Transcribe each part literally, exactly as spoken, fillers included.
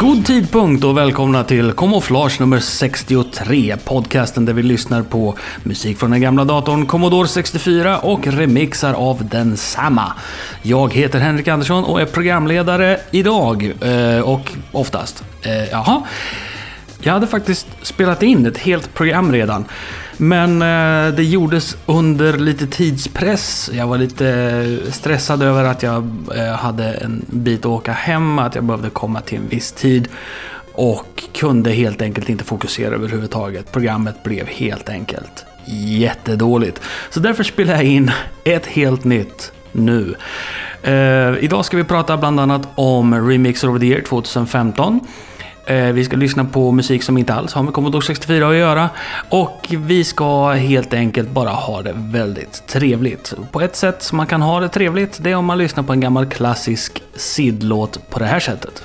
God tidpunkt och välkomna till Camouflage nummer sextiotre, podcasten där vi lyssnar på musik från den gamla datorn Commodore sextiofyra och remixar av densamma. Jag heter Henrik Andersson och är programledare idag, och oftast. Jaha, jag hade faktiskt spelat in ett helt program redan. Men eh, det gjordes under lite tidspress. Jag var lite stressad över att jag eh, hade en bit att åka hem, att jag behövde komma till en viss tid och kunde helt enkelt inte fokusera överhuvudtaget. Programmet blev helt enkelt jättedåligt. Så därför spelar jag in ett helt nytt nu. Eh, idag ska vi prata bland annat om Remix of the Year tjugohundrafemton. Vi ska lyssna på musik som inte alls har med Commodore sextiofyra att göra. Och vi ska helt enkelt bara ha det väldigt trevligt. På ett sätt som man kan ha det trevligt, det är om man lyssnar på en gammal klassisk S I D-låt på det här sättet.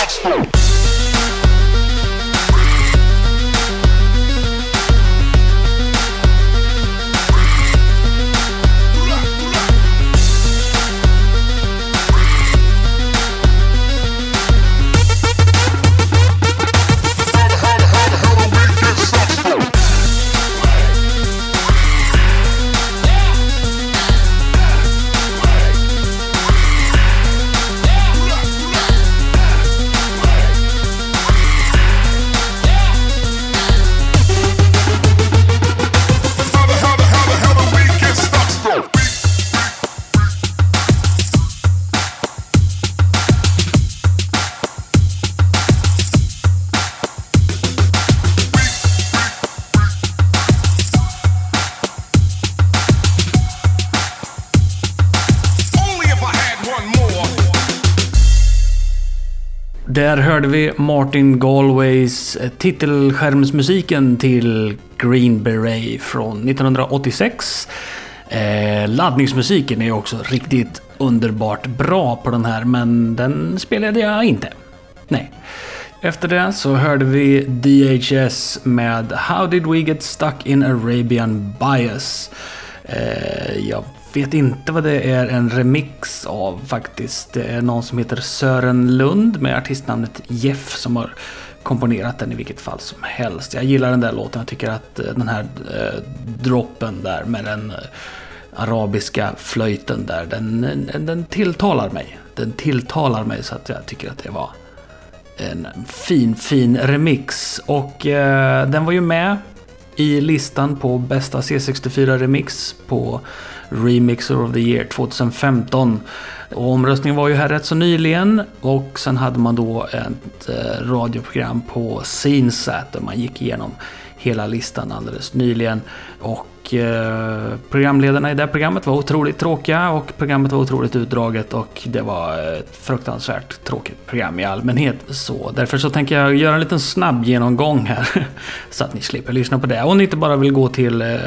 Där hörde vi Martin Galways titelskärmsmusiken till Green Beret från nittonhundraåttiosex. Eh, laddningsmusiken är också riktigt underbart bra på den här, men den spelade jag inte. Nej. Efter det så hörde vi D H S med How Did We Get Stuck in Arabian Bias. Eh, jag vet inte vad det är en remix av faktiskt. Det är någon som heter Sören Lund med artistnamnet Jeff som har komponerat den i vilket fall som helst. Jag gillar den där låten. Jag tycker att den här eh, droppen där med den eh, arabiska flöjten där, den, den tilltalar mig. Den tilltalar mig så att jag tycker att det var en fin, fin remix. Och eh, den var ju med i listan på bästa C sextiofyra remix på Remixer of the Year tjugohundrafemton. Och omröstningen var ju här rätt så nyligen. Och sen hade man då ett eh, radioprogram på Scenesat där man gick igenom hela listan alldeles nyligen. Och eh, programledarna i det programmet var otroligt tråkiga och programmet var otroligt utdraget och det var ett fruktansvärt tråkigt program i allmänhet. Så därför så tänker jag göra en liten snabb genomgång här så att ni slipper lyssna på det. Och ni inte bara vill gå till eh,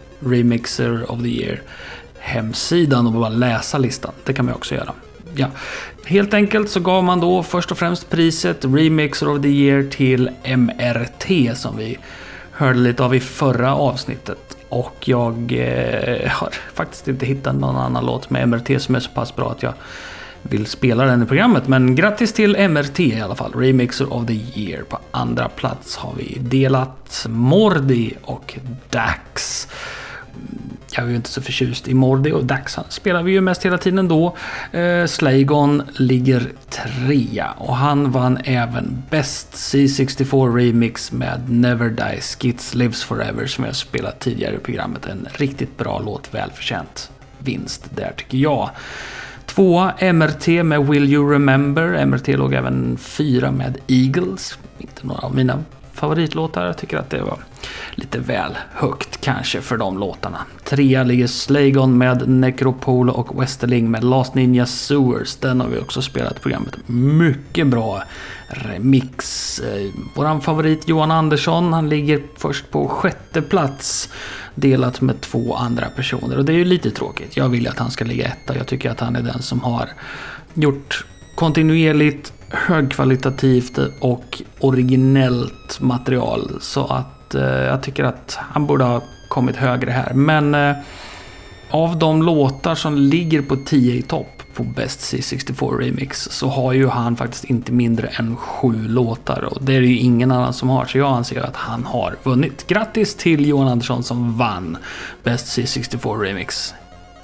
Remixer of the Year hemsidan och bara läsa listan. Det kan man också göra. Ja. Helt enkelt så gav man då först och främst priset Remixer of the Year till M R T som vi hörde lite av i förra avsnittet. Och jag eh, har faktiskt inte hittat någon annan låt med M R T som är så pass bra att jag vill spela den i programmet. Men grattis till M R T i alla fall. Remixer of the Year. På andra plats har vi delat Mordi och Dax. Jag är ju inte så förtjust i Mordi och Dax. Han spelar vi ju mest hela tiden då. Eh, Slaygon ligger trea och han vann även Best C sextiofyra Remix med Never Die Skits Lives Forever som jag spelat tidigare i programmet. En riktigt bra låt, välförtjänt vinst där tycker jag. Tvåa M R T med Will You Remember. M R T låg även fyra med Eagles. Inte några av mina favoritlåtar. Jag tycker att det var lite väl högt kanske för de låtarna. Trea ligger Slaygon med Necropole och Westerling med Last Ninja Sewers. Den har vi också spelat i programmet. Mycket bra remix. Våran favorit Johan Andersson, han ligger först på sjätte plats delat med två andra personer. Och det är ju lite tråkigt. Jag vill att han ska ligga etta. Jag tycker att han är den som har gjort kontinuerligt högkvalitativt och originellt material. Så att eh, jag tycker att han borde ha kommit högre här. Men eh, av de låtar som ligger på tio i topp på Best C sextiofyra Remix så har ju han faktiskt inte mindre än sju låtar. Och det är ju ingen annan som har. Så jag anser att han har vunnit. Grattis till Johan Andersson som vann Best C sextiofyra Remix.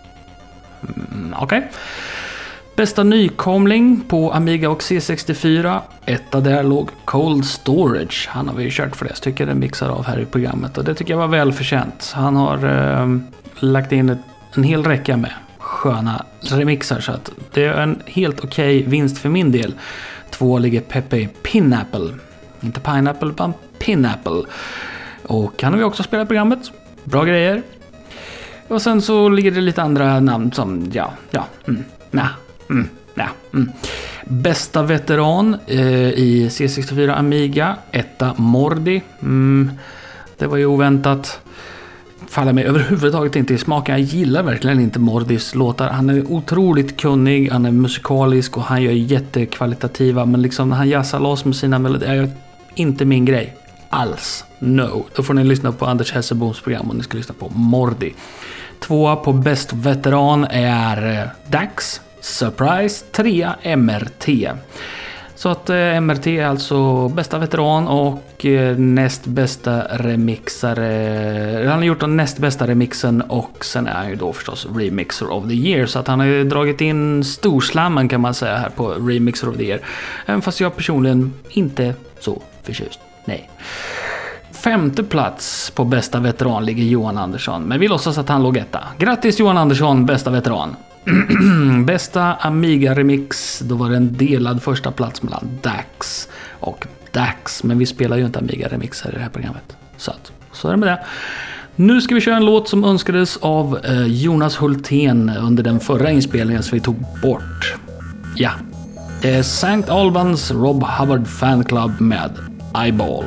Mm, Okej. Okay. Bästa nykomling på Amiga och C sextiofyra. Etta där låg Cold Storage. Han har vi ju kört för det. Så tycker jag den mixar av här i programmet. Och det tycker jag var välförtjänt. Han har eh, lagt in ett, en hel räcka med sköna remixar. Så att det är en helt okej okay vinst för min del. Två ligger Pepe Pineapple. Inte Pineapple utan Pineapple. Och han har vi också spelat i programmet. Bra grejer. Och sen så ligger det lite andra namn som ja, ja, mm, nej. Mm, ja, mm. Bästa veteran eh, i C sextiofyra Amiga. Etta Mordi. Mm, det var ju oväntat. faller mig överhuvudtaget inte i smaken. Jag gillar verkligen inte Mordis låtar. Han är otroligt kunnig, han är musikalisk och han gör jättekvalitativa. Men liksom när han jassar loss med sina melodier är inte min grej. Alls. No. Då får ni lyssna på Anders Hesseboms program och ni ska lyssna på Mordi. Tvåa på bäst veteran är Dax, Surprise, trea M R T. Så att eh, M R T är alltså bästa veteran och eh, näst bästa remixare. Han har gjort den näst bästa remixen och sen är han ju då förstås Remixer of the Year. Så att han har ju dragit in storslammen kan man säga här på Remixer of the Year. Även fast jag personligen inte så förtjust. Nej. Femte plats på bästa veteran ligger Johan Andersson. Men vi låtsas att han låg etta. Grattis Johan Andersson, bästa veteran. Bästa Amiga-remix, då var det en delad första plats mellan Dax och Dax. Men vi spelar ju inte Amiga-remixer i det här programmet. Så att, så är det med det. Nu ska vi köra en låt som önskades av eh, Jonas Hultén under den förra inspelningen som vi tog bort. Ja, det är Sankt Albans Rob Hubbard Fan Club med Eyeball.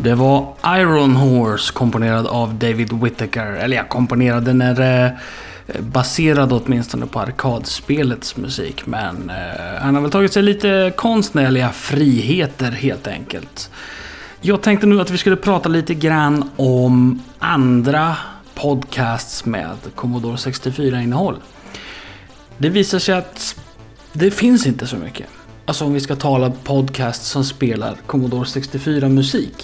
Det var Iron Horse, komponerad av David Whittaker. Eller ja, komponerad, den är eh, baserad åtminstone på arkadspelets musik. Men eh, han har väl tagit sig lite konstnärliga friheter helt enkelt. Jag tänkte nu att vi skulle prata lite grann om andra podcasts med Commodore sextiofyra-innehåll. Det visar sig att det finns inte så mycket. Alltså om vi ska tala podcast som spelar Commodore sextiofyra-musik.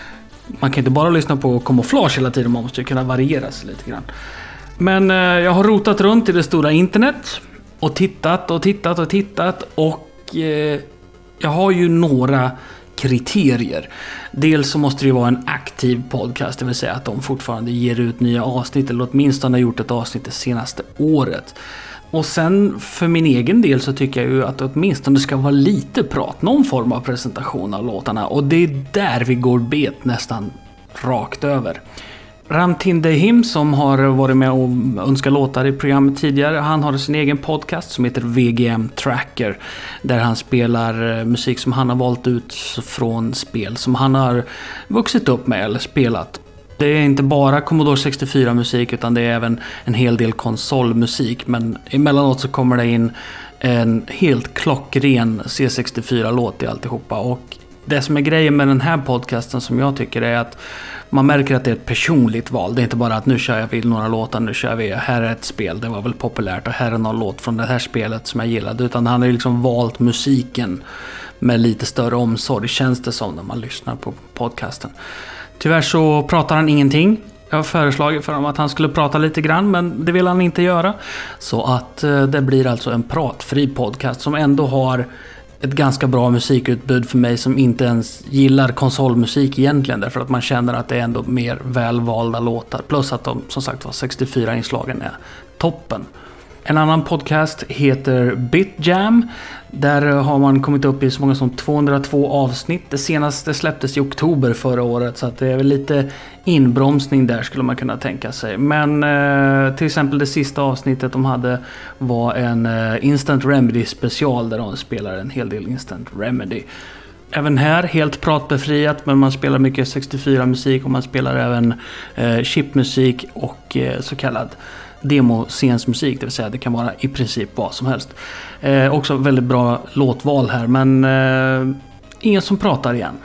Man kan inte bara lyssna på Camouflage hela tiden, man måste ju kunna variera sig lite grann. Men eh, jag har rotat runt i det stora internet och tittat och tittat och tittat och eh, jag har ju några kriterier. Dels så måste det ju vara en aktiv podcast, det vill säga att de fortfarande ger ut nya avsnitt eller åtminstone har gjort ett avsnitt det senaste året. Och sen för min egen del så tycker jag ju att det åtminstone ska vara lite prat, någon form av presentation av låtarna. Och det är där vi går bet nästan rakt över. Ramtin Dehim, som har varit med och önskat låtar i programmet tidigare, han har sin egen podcast som heter V G M Tracker, där han spelar musik som han har valt ut från spel som han har vuxit upp med eller spelat. Det är inte bara Commodore sextiofyra-musik utan det är även en hel del konsolmusik, men emellanåt så kommer det in en helt klockren C sextiofyra-låt i alltihopa. Och det som är grejen med den här podcasten som jag tycker är att man märker att det är ett personligt val. Det är inte bara att nu kör jag vid några låtar, nu kör vi, här är ett spel, det var väl populärt och här är någon låt från det här spelet som jag gillade. Utan han har ju liksom valt musiken med lite större omsorg, känns det som när man lyssnar på podcasten. Tyvärr så pratar han ingenting. Jag har föreslagit för honom att han skulle prata lite grann, men det vill han inte göra. Så att det blir alltså en pratfri podcast som ändå har ett ganska bra musikutbud för mig som inte ens gillar konsolmusik egentligen, därför att man känner att det är ändå mer välvalda låtar. Plus att de som sagt var sextiofyra-inslagen är toppen. En annan podcast heter BitJam. Där har man kommit upp i så många som tvåhundratvå avsnitt. Det senaste släpptes i oktober förra året, så att det är väl lite inbromsning där skulle man kunna tänka sig. Men eh, till exempel det sista avsnittet de hade var en eh, Instant Remedy special där de spelar en hel del Instant Remedy. Även här helt pratbefriat, men man spelar mycket sextiofyra-musik och man spelar även eh, chipmusik och eh, så kallad demoscensmusik, det vill säga det kan vara i princip vad som helst. Eh, också väldigt bra låtval här, men eh, ingen som pratar igen.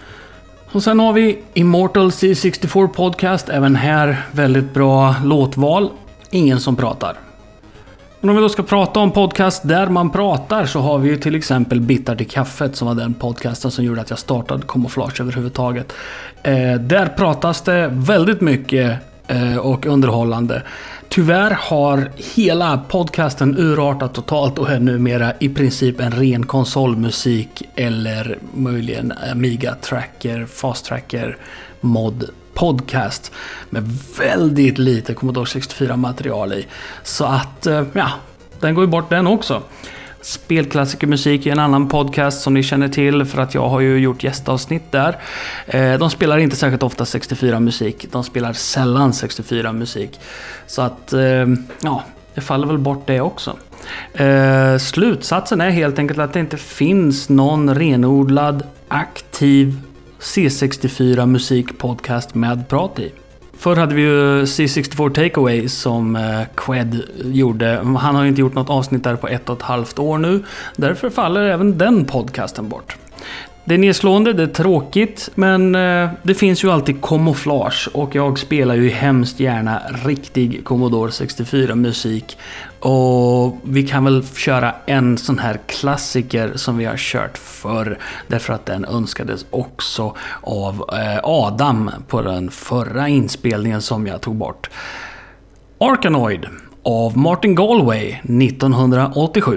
Och sen har vi Immortal C sextiofyra Podcast, även här väldigt bra låtval, ingen som pratar. Men om vi då ska prata om podcast där man pratar så har vi ju till exempel Bitar till kaffet, som var den podcasten som gjorde att jag startade Camouflage överhuvudtaget. Eh, där pratas det väldigt mycket eh, och underhållande. Tyvärr har hela podcasten urartat totalt och är numera i princip en ren konsolmusik eller möjligen Amiga Tracker, Fast Tracker mod podcast med väldigt lite Commodore sextiofyra-material i. Så att, ja, den går ju bort den också. Spelklassikermusik är en annan podcast som ni känner till, för att jag har ju gjort gästavsnitt där. De spelar inte särskilt ofta sextiofyra-musik. De spelar sällan sextiofyra-musik. Så att, ja, det faller väl bort det också. Slutsatsen är helt enkelt att det inte finns någon renodlad, aktiv C sextiofyra-musikpodcast med prat i. Förr hade vi ju C sextiofyra Takeaway som eh, Qued gjorde. Han har ju inte gjort något avsnitt där på ett och ett halvt år nu. Därför faller även den podcasten bort. Det är nedslående, det är tråkigt, men eh, det finns ju alltid Camouflage och jag spelar ju hemskt gärna riktig Commodore sextiofyra-musik. Och vi kan väl köra en sån här klassiker som vi har kört förr, därför att den önskades också av eh, Adam på den förra inspelningen som jag tog bort. Arkanoid av Martin Galway nittonhundraåttiosju.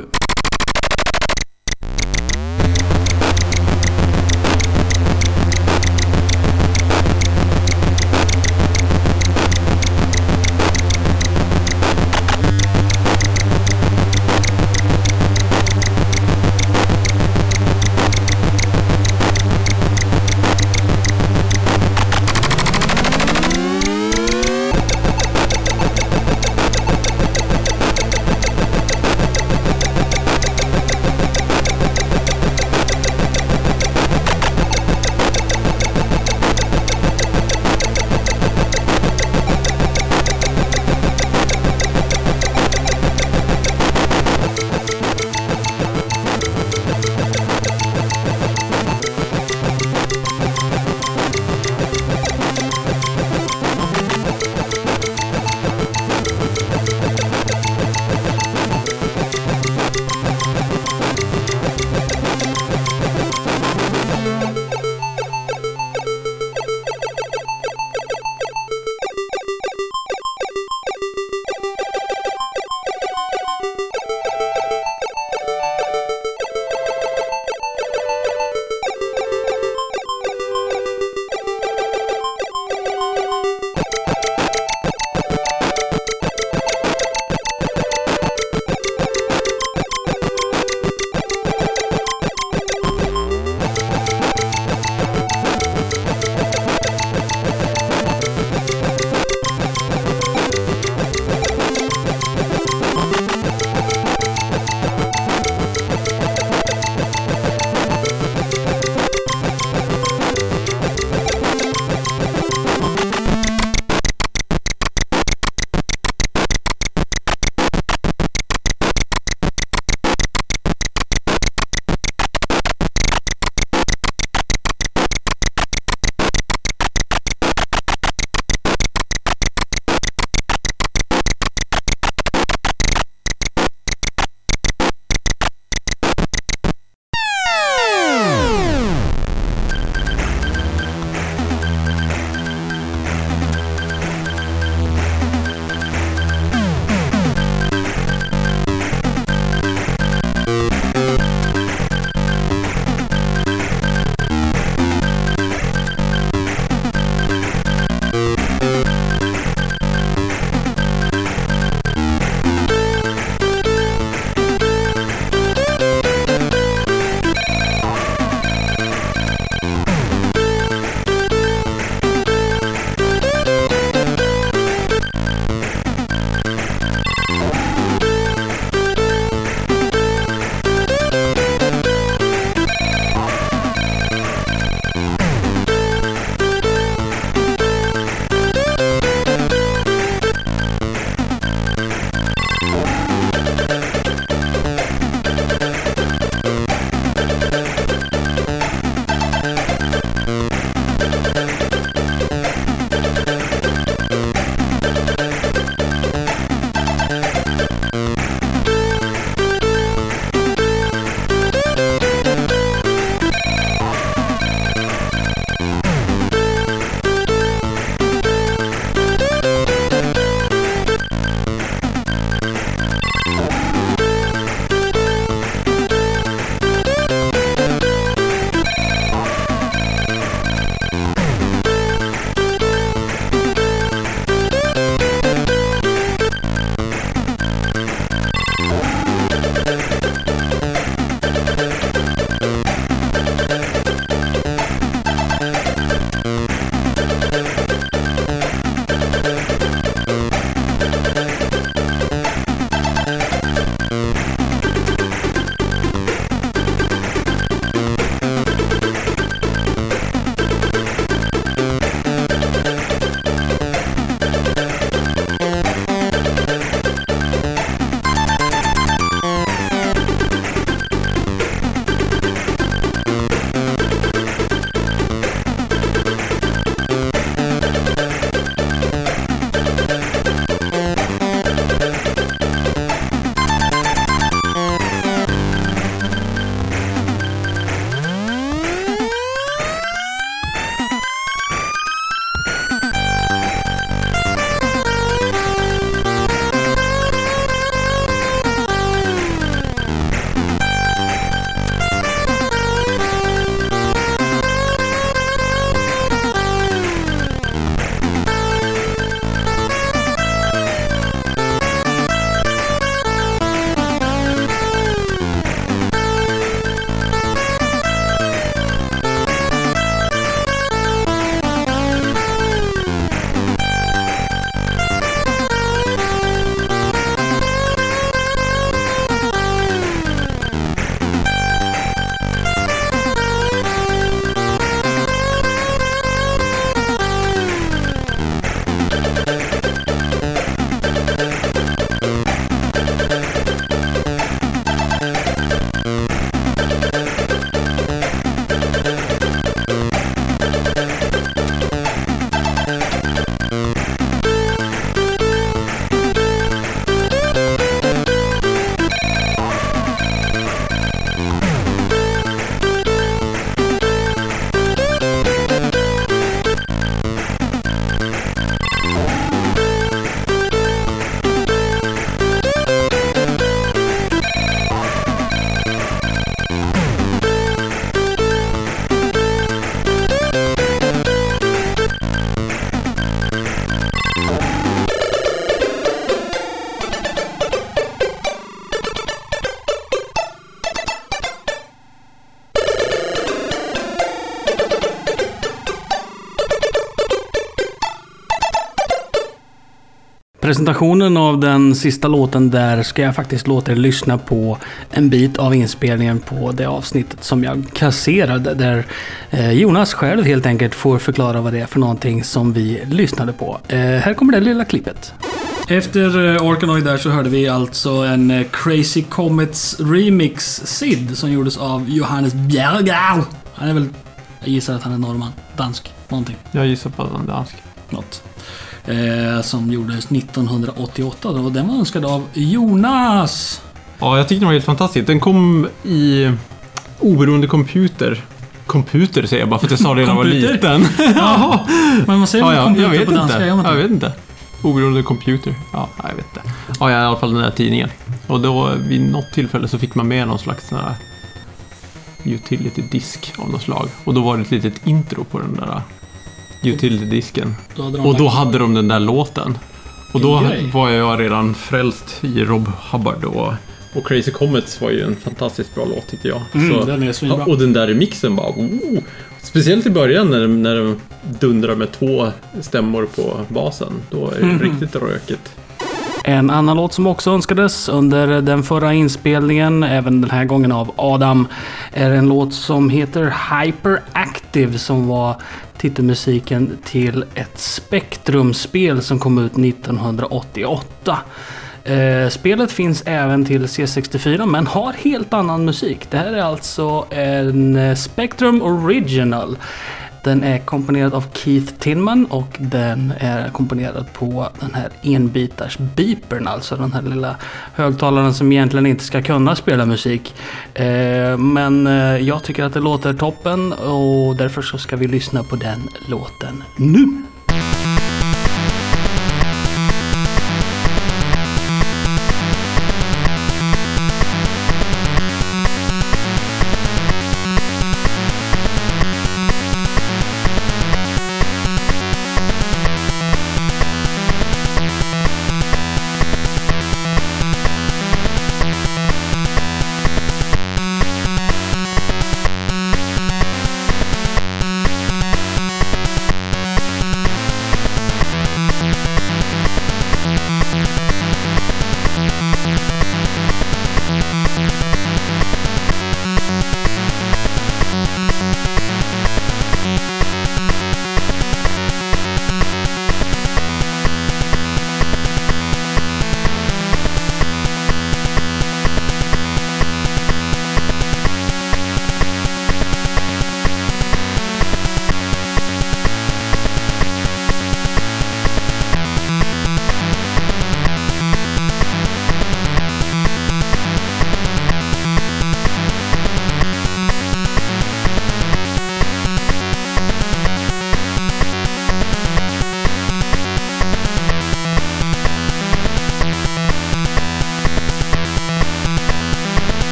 presentationen av den sista låten där ska jag faktiskt låta er lyssna på en bit av inspelningen på det avsnittet som jag kasserade, där Jonas själv helt enkelt får förklara vad det är för någonting som vi lyssnade på. Här kommer det lilla klippet. Efter Orkanoid där så hörde vi alltså en Crazy Comets remix Sid som gjordes av Johannes Bjergal. Han är väl, jag gissar att han är norrman, dansk, någonting. Jag gissar på att han är dansk. Något. Eh, som gjordes nittonhundraåttioåtta då, och den var önskad av Jonas. Ja, jag tyckte den var helt fantastisk. Den kom i oberoende computer. Computer säger jag bara för att jag sa det när jag var liten. Jaha, men man säger ja, ja, computer jag vet på danska. Inte. Jag vet inte. Oberoende computer. Ja, jag vet inte. Ja, i alla fall den där tidningen. Och då vid något tillfälle så fick man med någon slags sån här utility-disk av något slag. Och då var det ett litet intro på den där utility-disken. Och då hade de den där låten. Och då var jag redan frälst i Rob Hubbard och, och Crazy Comets var ju en fantastiskt bra låt tyckte jag. Mm, så, den är så bra. Och den där remixen bara oh, speciellt i början när de, när de dundrar med två stämmor på basen. Då är det mm. riktigt rökigt. En annan låt som också önskades under den förra inspelningen, även den här gången av Adam, är en låt som heter Hyperactive, som var titelmusiken till ett Spectrum-spel som kom ut nittonhundraåttioåtta. Eh, spelet finns även till C sextiofyra men har helt annan musik. Det här är alltså en Spectrum Original. Den är komponerad av Keith Tinman och den är komponerad på den här enbitars beepern, alltså den här lilla högtalaren som egentligen inte ska kunna spela musik. Eh, men eh, jag tycker att det låter toppen och därför så ska vi lyssna på den låten nu.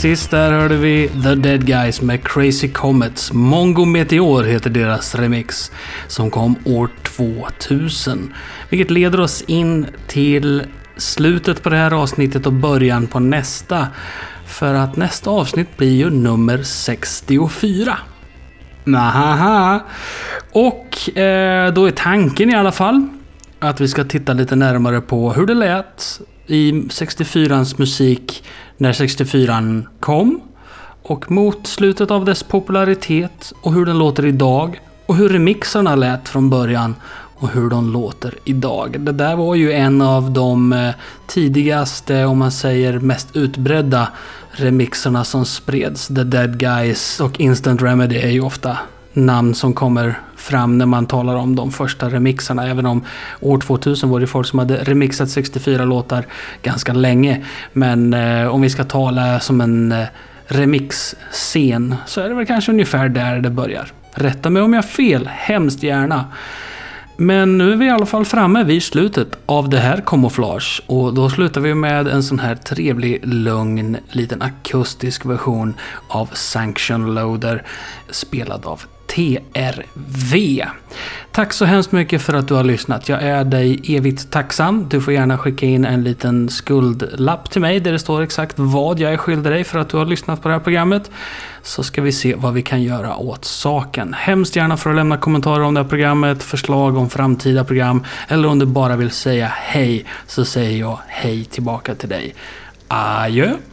Sist där hörde vi The Dead Guys med Crazy Comets. Mongo Meteor heter deras remix som kom år tvåtusen. Vilket leder oss in till slutet på det här avsnittet och början på nästa. För att nästa avsnitt blir ju nummer sextiofyra. Nahaha. Och eh, då är tanken i alla fall att vi ska titta lite närmare på hur det lät i sextiofyrans musik när sextiofyran kom och mot slutet av dess popularitet och hur den låter idag och hur remixarna lät från början och hur de låter idag. Det där var ju en av de tidigaste, om man säger mest utbredda remixarna som spreds. The Dead Guys och Instant Remedy är ju ofta namn som kommer fram när man talar om de första remixarna. Även om år tvåtusen var det folk som hade remixat sextiofyra låtar ganska länge. Men eh, om vi ska tala som en eh, remixscen så är det väl kanske ungefär där det börjar. Rätta mig om jag har fel, hemskt gärna. Men nu är vi i alla fall framme vid slutet av det här Camouflage. Och då slutar vi med en sån här trevlig, lugn, liten akustisk version av Sanction Loader spelad av T R V. Tack så hemskt mycket för att du har lyssnat. Jag är dig evigt tacksam. Du får gärna skicka in en liten skuldlapp till mig där det står exakt vad jag är skyldig dig för att du har lyssnat på det här programmet. Så ska vi se vad vi kan göra åt saken. Hemskt gärna för att lämna kommentarer om det här programmet, förslag om framtida program eller om du bara vill säga hej så säger jag hej tillbaka till dig. Adjö!